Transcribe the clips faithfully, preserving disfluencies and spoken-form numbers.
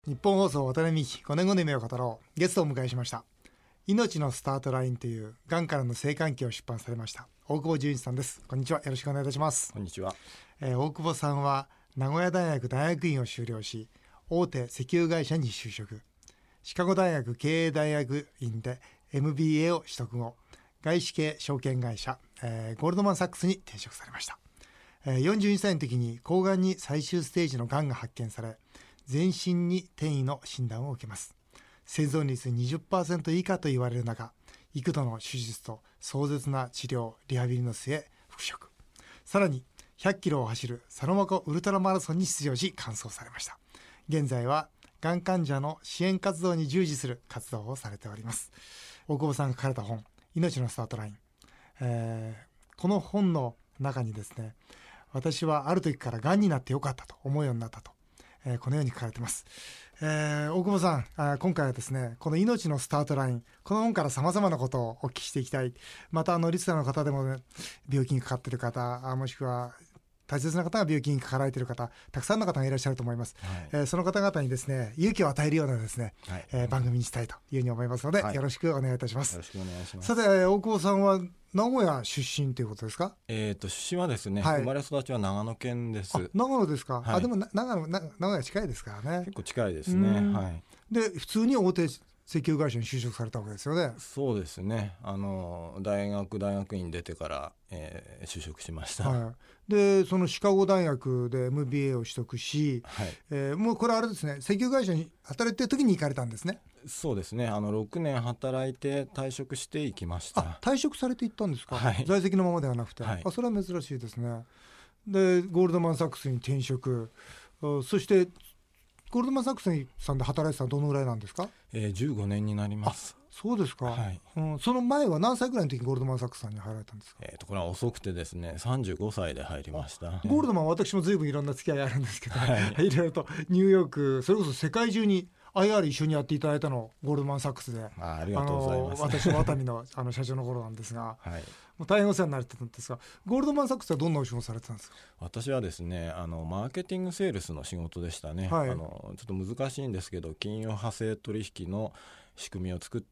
日本放送渡辺美希ごねんごの夢を語ろう。ゲストをお迎えしました。命のスタートラインというがんからの生還記を出版されました大久保純一さんです。こんにちは、よろしくお願いいたします。 こんにちは、 えー、大久保さんは名古屋大学大学院を修了し、大手石油会社に就職、シカゴ大学経営大学院で エムビーエー を取得後、外資系証券会社、えー、ゴールドマンサックスに転職されました。えー、よんじゅうにさいの時に抗がんに最終ステージのがんが発見され、全身に転移の診断を受けます。生存率 にじゅっパーセント 以下と言われる中、幾度の手術と壮絶な治療リハビリの末復職、さらにひゃっキロを走るサロマ湖ウルトラマラソンに出場し完走されました。現在はがん患者の支援活動に従事する活動をされております。大久保さんが書かれた本、命のスタートライン、えー、この本の中にですね、私はある時からがんになってよかったと思うようになったと、えー、このように書かれています。えー、大久保さん、あ今回はですね、この命のスタートライン、この本からさまざまなことをお聞きしていきたい。またあのリスナーの方でも、ね、病気にかかっている方、あもしくは大切な方が病気にかかられている方、たくさんの方がいらっしゃると思います。はい、えー、その方々にですね、勇気を与えるようなですね、はい、えー、番組にしたいというふうに思いますので、はい、よろしくお願いいたします。 よろしくお願いします。 さて、大久保さんは名古屋出身ということですか？ えー、と出身はですね、はい、生まれ育ちは長野県です。 あ、長野ですか？はい、あでも長野、名古屋近いですからね。 結構近いですね。はい、 で普通に大手石油会社に就職されたわけですよね。 そうですね、あの大学大学院出てから、えー、就職しました。 はい、でそのシカゴ大学で エムビーエー を取得し、はい、えー、もうこれあれですね、石油会社に働いてる時に行かれたんですね。 そうですね、あのろくねん働いて退職していきました。 あ、退職されていったんですか？ はい、 在籍のままではなくて、はい、あそれは珍しいですね。でゴールドマンサックスに転職、そしてゴールドマンサックスさんで働いてたのはどのぐらいなんですか？ えー、じゅうごねんになります。 あ、そうですか。 はい、 うん、その前は何歳ぐらいの時にゴールドマンサックスさんに入られたんですか？ えー、とこれは遅くてですね、さんじゅうごさいで入りました。 ゴールドマンは私も随分いろんな付き合いあるんですけど、はい、いろいろとニューヨーク、それこそ世界中に アイアール 一緒にやっていただいたのゴールドマンサックスで、 あ, ありがとうございます。 私も熱海 の, あの社長の頃なんですが、はい、もう大変お世話になってたんですが、ゴールドマンサックスはどんなお仕事されてたんですか？ 私はですね、あのマーケティングセールスの仕事でしたね。はい、あのちょっと難しいんですけど、金融派生取引の仕組みを作って、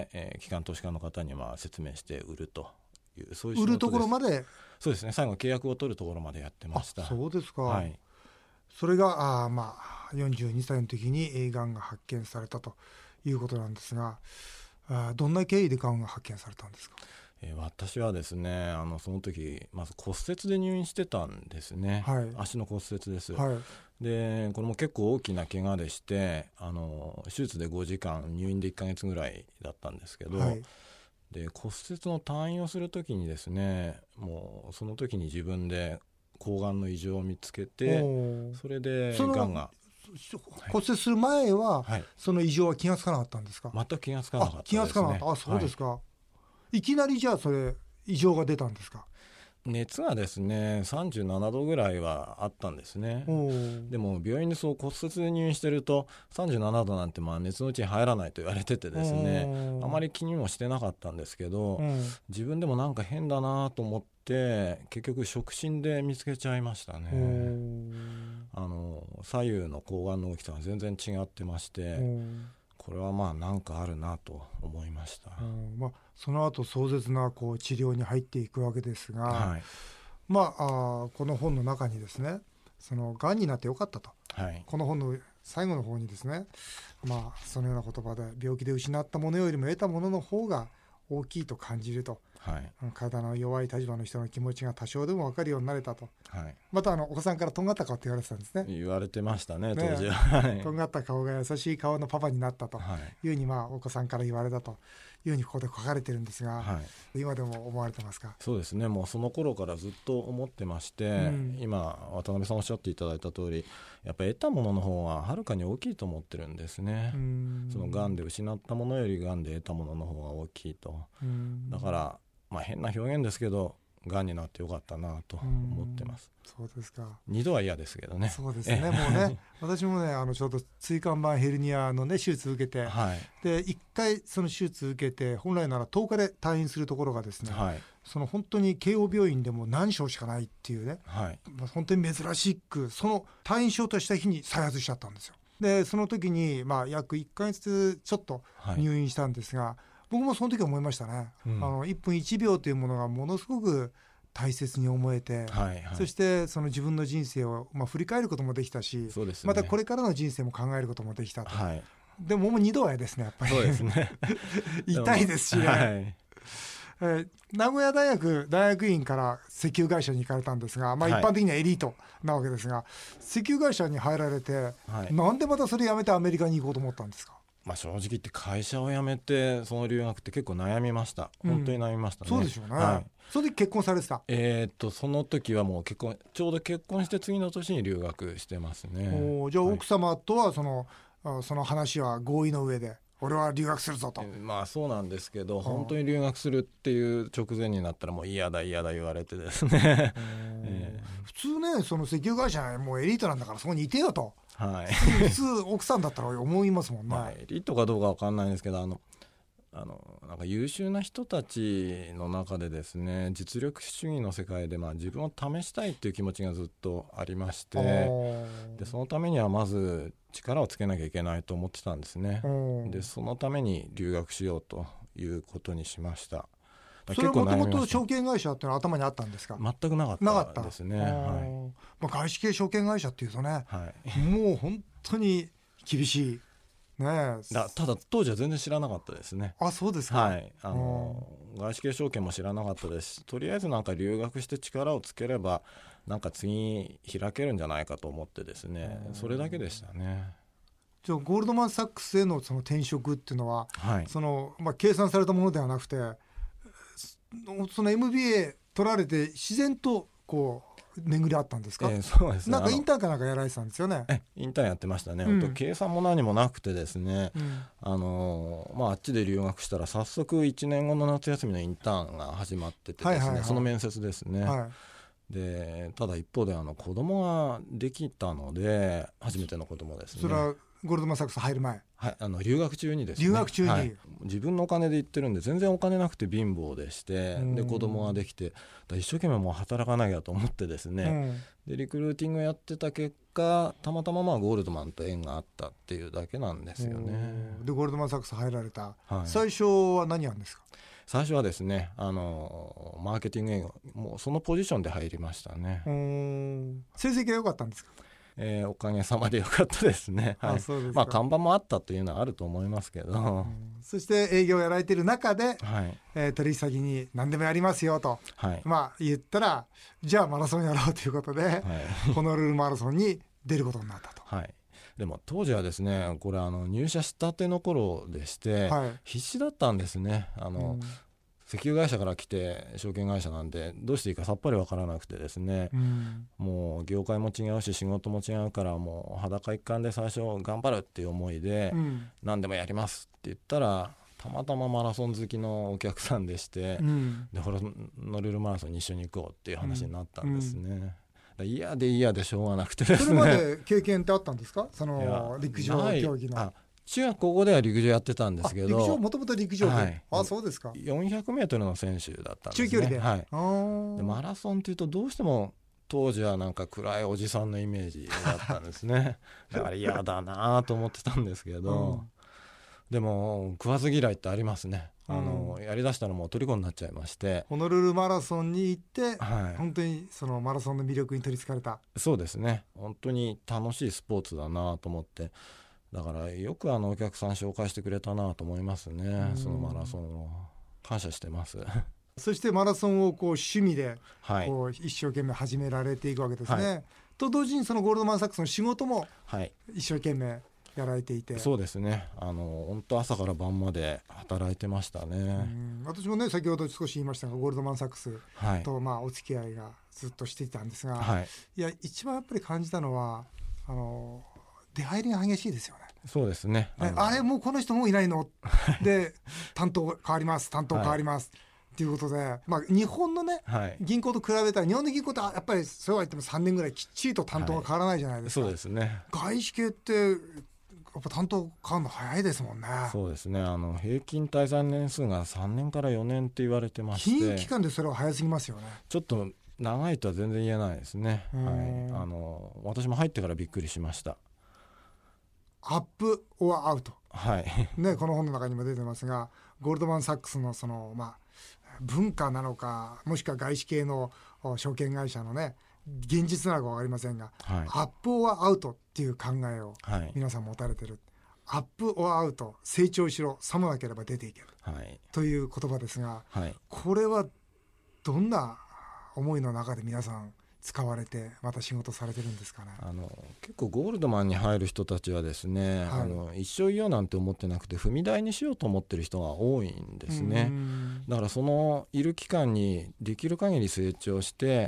えー、機関投資家の方にまあ説明して売るという、そういう仕事です。売るところまで？そうですね、最後契約を取るところまでやってました。 あ、そうですか。 はい、 それがあ、まあ、よんじゅうにさいの時にがんが発見されたということなんですが、あどんな経緯でがんが発見されたんですか？ えー、私はですね、あのその時まず骨折で入院してたんですね。はい、足の骨折です。はい、でこれも結構大きな怪我でして、あの手術でごじかん、入院でいっかげつぐらいだったんですけど、はい、で骨折の退院をする時にですね、もうその時に自分で抗がんの異常を見つけて、それでがんが骨折する前は、はい、その異常は気がつかなかったんですか？ 全く気がつかなかったですね。 気がつかなかった。あ、そうですか。はい、いきなりじゃあそれ異常が出たんですか？ 熱がですねさんじゅうななどぐらいはあったんですね。でも病院でそう骨折で入院してるとさんじゅうななどなんてまあ熱のうちに入らないと言われててですね、あまり気にもしてなかったんですけど、自分でもなんか変だなと思って結局触診で見つけちゃいましたね。あの左右の抗がんの大きさが全然違ってまして、これはまあなんかあるなと思いました。 うん、まあ、その後壮絶なこう治療に入っていくわけですが、はい、まあ、あこの本の中にですね、そのがんになってよかったと、はい、この本の最後の方にですね、まあ、そのような言葉で病気で失ったものよりも得たものの方が大きいと感じると、はい、体の弱い立場の人の気持ちが多少でも分かるようになれたと、はい、またあのお子さんからとんがった顔って言われてたんですね。 言われてましたね、当時は。 ね、とんがった顔が優しい顔のパパになったというふうに、まあ、お子さんから言われたというふうにここで書かれてるんですが、はい、今でも思われてますか？ そうですね、もうその頃からずっと思ってまして、うん、今渡辺さんおっしゃっていただいた通り、やっぱり得たものの方がはるかに大きいと思ってるんですね。うん、そのがんで失ったものよりがんで得たものの方が大きいと。うん、だからまあ、変な表現ですけど、がんになってよかったなと思ってます。 そうですか。 二度は嫌ですけどね。 そうですね。もうね、私もね、あのちょうど椎間板ヘルニアのね手術を受けて、はい、でいっかいその手術を受けて本来ならとおかで退院するところがですね、はい、その本当に慶応病院でも何床しかないっていうね、はい、まあ、本当に珍しくその退院しようとした日に再発しちゃったんですよ。 でその時に、まあ、約いっかげつちょっと入院したんですが、はい、僕もその時思いましたね、うん、あのいっぷんいちびょうというものがものすごく大切に思えて、はいはい、そしてその自分の人生を、まあ、振り返ることもできたし、そうですね、またこれからの人生も考えることもできたと、はい、でももう二度はですねやっぱりそうですね痛いですしね、はい、えー、名古屋大学大学院から石油会社に行かれたんですが、まあ、一般的にはエリートなわけですが、はい、石油会社に入られて、はい、なんでまたそれ辞めてアメリカに行こうと思ったんですか？ まあ、正直言って会社を辞めてその留学って結構悩みました。本当に悩みましたね、 うん、そうでしょうね、はい、それで結婚されてた？ えー、っとその時はもう結婚ちょうど結婚して次の年に留学してますね。 おじゃあ奥様とはその、はい、その話は合意の上で俺は留学するぞと、えー、まあそうなんですけど、本当に留学するっていう直前になったらもう嫌だ嫌だ言われてですね、 えー、普通ねその石油会社もうエリートなんだからそこにいてよと、はい、普通奥さんだったら思いますもんね、まあ、 エリートかどうか分かんないんですけど、あのあのなんか優秀な人たちの中でですね実力主義の世界で、まあ、自分を試したいっていう気持ちがずっとありまして、でそのためにはまず力をつけなきゃいけないと思ってたんですね。でそのために留学しようということにしました。 それはもともと証券会社っていうのは頭にあったんですか？ 全くなかったですね。はい、 まあ、外資系証券会社っていうとね、はい、もう本当に厳しいね、 だただ当時は全然知らなかったですね。 あ、そうですか。 はい、あの外資系証券も知らなかったですし、とりあえずなんか留学して力をつければなんか次開けるんじゃないかと思ってですね、それだけでしたね。 じゃあゴールドマンサックスへのその転職っていうのは、はい、そのまあ、計算されたものではなくて、その エムビーエー 取られて自然とこう巡り合ったんですか？ えー、そうですね。 なんかインターンかなんかやられてたんですよね。 えインターンやってましたね、うん、本当計算も何もなくてですね、うん、あのまあ、あっちで留学したら早速いちねんごの夏休みのインターンが始まっててですね、はいはいはい、その面接ですね、はい、でただ一方であの子供ができたので初めての子供ですね。 それはゴールドマンサックス入る前？ はい、あの留学中にですね。 留学中に、はい、 自分のお金で行ってるんで全然お金なくて貧乏でして、で子供ができて一生懸命もう働かなきゃと思ってですね、でリクルーティングやってた結果たまたままあゴールドマンと縁があったっていうだけなんですよね。 でゴールドマンサックス入られた、はい、最初は何やるんですか？ 最初はですねあのマーケティング営業、もうそのポジションで入りましたね。 うーん、成績が良かったんですか？ えー、おかげさまで良かったですね。はい、あ、そうですか。まあ、看板もあったというのはあると思いますけど、うん、 そして営業をやられている中で、はい、えー、取引先に何でもやりますよと、はい、まあ、言ったらじゃあマラソンやろうということで、はい、ホノルルマラソンに出ることになったと。 はい、でも当時はですねこれあの入社したての頃でして、はい、必死だったんですね。あの、うん、石油会社から来て証券会社なんでどうしていいかさっぱり分からなくてですね、うん、もう業界も違うし仕事も違うからもう裸一貫で最初頑張るっていう思いで、うん、何でもやりますって言ったらたまたまマラソン好きのお客さんでして、うん、でホノルルマラソンに一緒に行こうっていう話になったんですね。うん、嫌で嫌でしょうがなくてですね。 それまで経験ってあったんですか？その陸上競技の。 中学高校では陸上やってたんですけど、 陸上もともと陸上で、はい、あ、そうですか。 よんひゃくメートルの選手だったんですね。 中距離で、 はい、あでマラソンっていうとどうしても当時はなんか暗いおじさんのイメージだったんですね。だから嫌だなと思ってたんですけど、うん、でも食わず嫌いってありますね。あの、うん、やりだしたらもう虜になっちゃいまして、 ホノルルマラソンに行って、はい、本当にそのマラソンの魅力に取りつかれた。 そうですね、本当に楽しいスポーツだなと思って、だからよくあのお客さん紹介してくれたなと思いますね。そのマラソンを感謝してます。 そしてマラソンをこう趣味でこう一生懸命始められていくわけですね、はい、と同時にそのゴールドマンサックスの仕事も一生懸命やられていて、はい、 そうですね、あの本当朝から晩まで働いてましたね。うん、 私もね先ほど少し言いましたがゴールドマンサックスとまあお付き合いがずっとしていたんですが、はい、いや一番やっぱり感じたのはあの出入りが激しいですよね。 そうですね。 あ, あれもうこの人もういないので担当変わります担当変わります、はい、っていうことで、まあ、日本のね、はい、銀行と比べたら日本の銀行ってやっぱりそうは言ってもさんねんぐらいきっちりと担当が変わらないじゃないですか、 はい、そうですね。 外資系ってやっぱ担当変わるの早いですもんね。 そうですね、あの平均滞在年数がさんねんからよねんって言われてまして、 金融機関でそれは早すぎますよね。 ちょっと長いとは全然言えないですね、はい、あの私も入ってからびっくりしました。 アップ・オア・アウト、 はいね、この本の中にも出てますが、ゴールドマン・サックスのその、まあ、文化なのかもしくは外資系の証券会社のね現実なのか分かりませんが、はい、アップ・オア・アウトっていう考えを皆さん持たれてる、はい、アップ・オア・アウト、成長しろ、さもなければ出ていける、はい、という言葉ですが、はい、これはどんな思いの中で皆さん使われてまた仕事されてるんですかね。 あの結構ゴールドマンに入る人たちはですね、はい、あの一生いようなんて思ってなくて踏み台にしようと思ってる人が多いんですね。だからそのいる期間にできる限り成長して、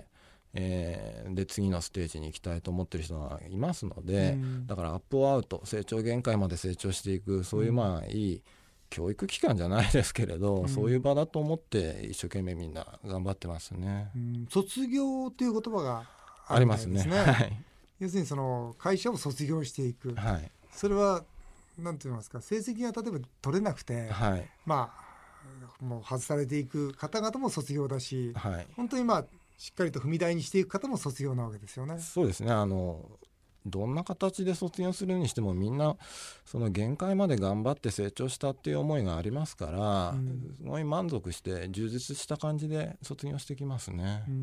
えー、で次のステージに行きたいと思ってる人がいますので、だからアップアウト、成長限界まで成長していく、そういうまあいい教育機関じゃないですけれど、うん、そういう場だと思って一生懸命みんな頑張ってますね、 うん、卒業という言葉があるんですね。ありますね、はい、要するにその会社を卒業していく、はい、それは何て言いますか、成績が例えば取れなくて、はい、まあもう外されていく方々も卒業だし、はい、本当にまあしっかりと踏み台にしていく方も卒業なわけですよね。 そうですね、あのどんな形で卒業するにしてもみんなその限界まで頑張って成長したっていう思いがありますから、うん、すごい満足して充実した感じで卒業してきますね。 うん、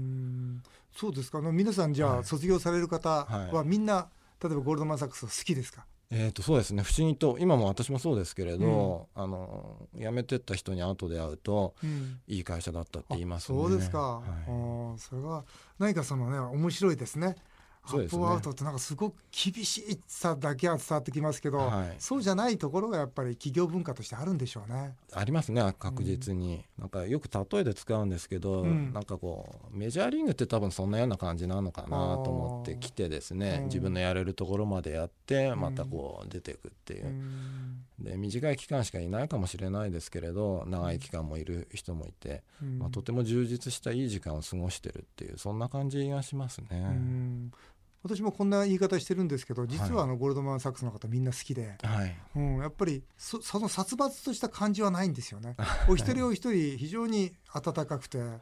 そうですか。皆さんじゃあ、はい、卒業される方はみんな、はい、例えばゴールドマンサックス好きですか？ えー、とそうですね、不思議と今も私もそうですけれど、うん、あの辞めてった人に後で会うと、うん、いい会社だったって言いますね。 そうですか、はい、それは何かそのね面白いですね。アップアウトってなんかすごく厳しいさだけは伝わってきますけど、はい、そうじゃないところがやっぱり企業文化としてあるんでしょうね。 ありますね、確実に、うん、なんかよく例えで使うんですけど、うん、なんかこうメジャーリーグって多分そんなような感じなのかなと思ってきてですね、うん、自分のやれるところまでやってまたこう出ていくっていう、うん、で短い期間しかいないかもしれないですけれど長い期間もいる人もいて、うん、まあ、とても充実したいい時間を過ごしてるっていうそんな感じがしますね。うん、 私もこんな言い方してるんですけど、実はあのゴールドマンサックスの方みんな好きで、はいうん、やっぱり そ, その殺伐とした感じはないんですよね。お一人お一人非常に温かくて、はい、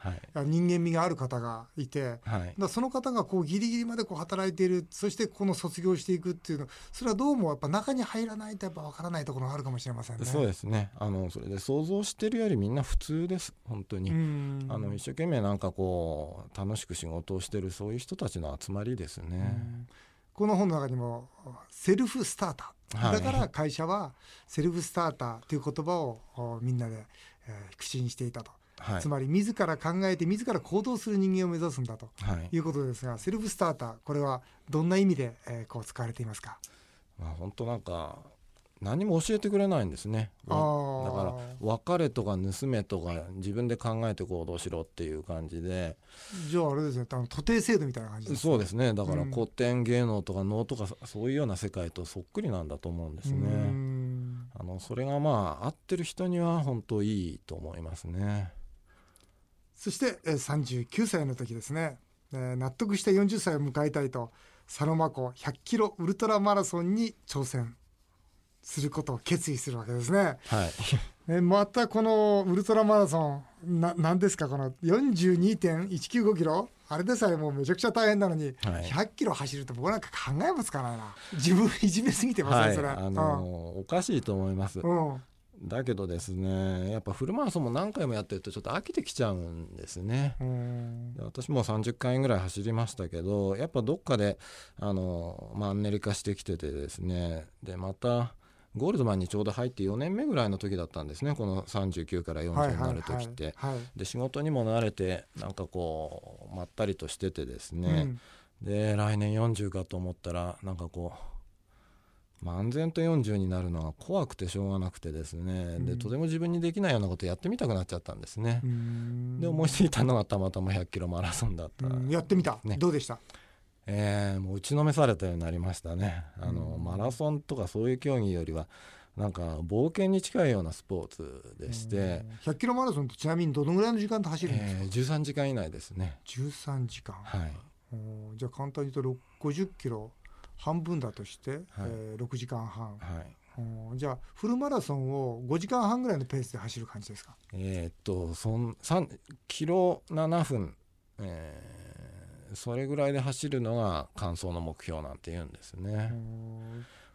人間味がある方がいて、はい、だその方がこうギリギリまでこう働いている、そしてこの卒業していくっていうの、それはどうもやっぱ中に入らないとやっぱ分からないところがあるかもしれませんね。 そうですね、あのそれで想像してるよりみんな普通です本当に。うんあの一生懸命なんかこう楽しく仕事をしてるそういう人たちの集まりですね。 この本の中にもセルフスターター、だから会社はセルフスターターという言葉をみんなで、えー、口にしていたと、はい、つまり自ら考えて自ら行動する人間を目指すんだということですが、はい、セルフスターター、これはどんな意味で、えー、こう使われていますか？ まあ、本当なんか何も教えてくれないんですね。だから別れとか盗めとか自分で考えて行動しろっていう感じで、 じゃああれですね、あの徒弟制度みたいな感じですね。 そうですね、だから古典芸能とか能とかそういうような世界とそっくりなんだと思うんですね。うんあのそれがまあ合ってる人には本当いいと思いますね。 そしてえさんじゅうきゅうさいの時ですね、えー、納得したよんじゅっさいを迎えたいと佐野真子ひゃっキロウルトラマラソンに挑戦することを決意するわけですね。はい、えまたこのウルトラマラソンな何ですか、この よんじゅうにてんいちきゅうご キロ、あれでさえもうめちゃくちゃ大変なのに、はい、ひゃっキロ走ると僕なんか考えもつかないな。自分いじめすぎてますね、はい、それ、 あのーうん、おかしいと思います、うん、だけどですね、やっぱフルマラソンも何回もやってるとちょっと飽きてきちゃうんですね。うんで私もさんじゅっかいぐらい走りましたけど、やっぱどっかであのマンネリ化してきててですね、でまたゴールドマンにちょうど入ってよねんめぐらいの時だったんですね、このさんじゅうきゅうからよんじゅうになる時って、はいはいはい、で仕事にも慣れてなんかこうまったりとしててですね、うん、で来年よんじゅうかと思ったらなんかこう漫然とよんじゅうになるのは怖くてしょうがなくてですね、うん、でとても自分にできないようなことやってみたくなっちゃったんですね。うんで思いついたのがたまたまひゃっキロマラソンだった、うん、 やってみた、ね、どうでした？ えー、もう打ちのめされたようになりましたね。あの、うん、マラソンとかそういう競技よりはなんか冒険に近いようなスポーツでして、 ひゃっキロマラソンってちなみにどのぐらいの時間で走るんですか？ えー、じゅうさんじかん以内ですね。 じゅうさんじかん、 はい、 じゃあ簡単に言うとごじゅっキロ半分だとして、はいえー、ろくじかんはん、はい、じゃあフルマラソンをごじかんはんぐらいのペースで走る感じですか？ えー、っとそんさんキロななふん、えーそれぐらいで走るのが完走の目標なんて言うんですね。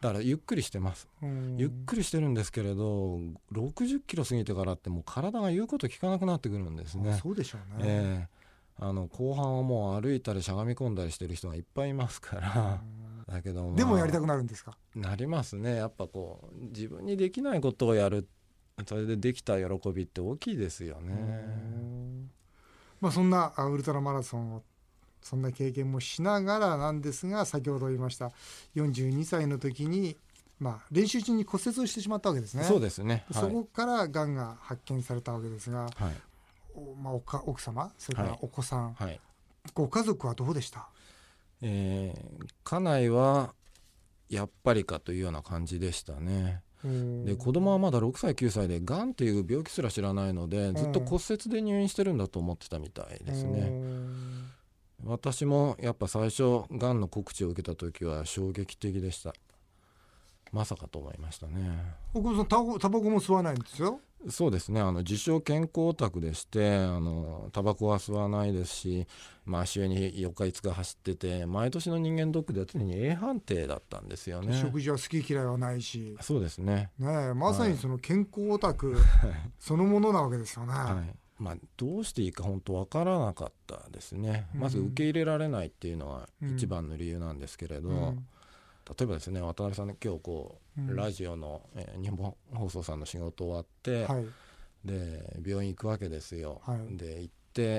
だからゆっくりしてます。ゆっくりしてるんですけれど、ろくじゅっキロ過ぎてからってもう体が言うこと聞かなくなってくるんですね。 そうでしょうね、 えー、あの後半はもう歩いたりしゃがみ込んだりしてる人がいっぱいいますからだけど、まあ、 でもやりたくなるんですか？ なりますね。やっぱこう自分にできないことをやる、それでできた喜びって大きいですよね。 まあ、そんなウルトラマラソンをそんな経験もしながらなんですが、先ほど言いましたよんじゅうにさいの時に、まあ、練習中に骨折をしてしまったわけですね。 そうですね、 はい、そこからがんが発見されたわけですが、 はい、 まあ、おか奥様それからお子さん、 はいはい、 ご家族はどうでした？ えー、家内はやっぱりかというような感じでしたね。で子供はまだろくさいきゅうさいでがんっていう病気すら知らないので、ずっと骨折で入院してるんだと思ってたみたいですね。私もやっぱ最初がんの告知を受けた時は衝撃的でした。まさかと思いましたね。 お子さんタバコ、タバコも吸わないんですよ。 そうですね、あの自称健康オタクでして、あのタバコは吸わないですし、まあ、足上によっかいつか走ってて、毎年の人間ドックでは常に A 判定だったんですよね。 食事は好き嫌いはないし。 そうですね、 ね、まさにその健康オタクそのものなわけですよね。 はい、まあ、どうしていいか本当分からなかったですね。まず受け入れられないっていうのは一番の理由なんですけれど、うんうん、例えばですね、渡辺さんね、今日こう、うん、ラジオの、えー、日本放送さんの仕事終わって、はい、で病院行くわけですよ、はい、で行って、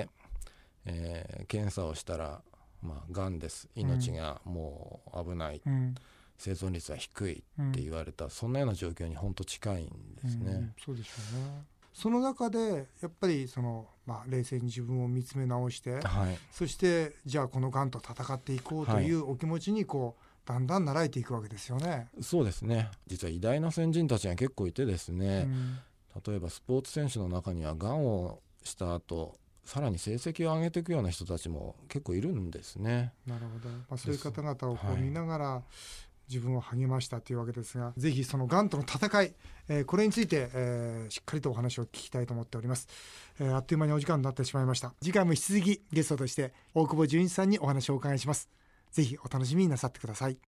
えー、検査をしたら、まあ、がんです、命がもう危ない、うん、生存率は低いって言われた、うん、そんなような状況に本当近いんですね、うん、 そうでしょうね。その中でやっぱりその、まあ、冷静に自分を見つめ直して、はい、そしてじゃあこのがんと戦っていこうというお気持ちにこう、だんだん習えていくわけですよね。 そうですね、実は偉大な先人たちが結構いてですね、うん、例えばスポーツ選手の中にはがんをした後さらに成績を上げていくような人たちも結構いるんですね。 なるほど、まあ、そういう方々をこう見ながら、はい、自分を励ましたというわけですが、ぜひそのがんとの戦い、えー、これについて、えー、しっかりとお話を聞きたいと思っております、えー、あっという間にお時間になってしまいました。次回も引き続きゲストとして大久保純一さんにお話をお伺いします。ぜひお楽しみになさってください。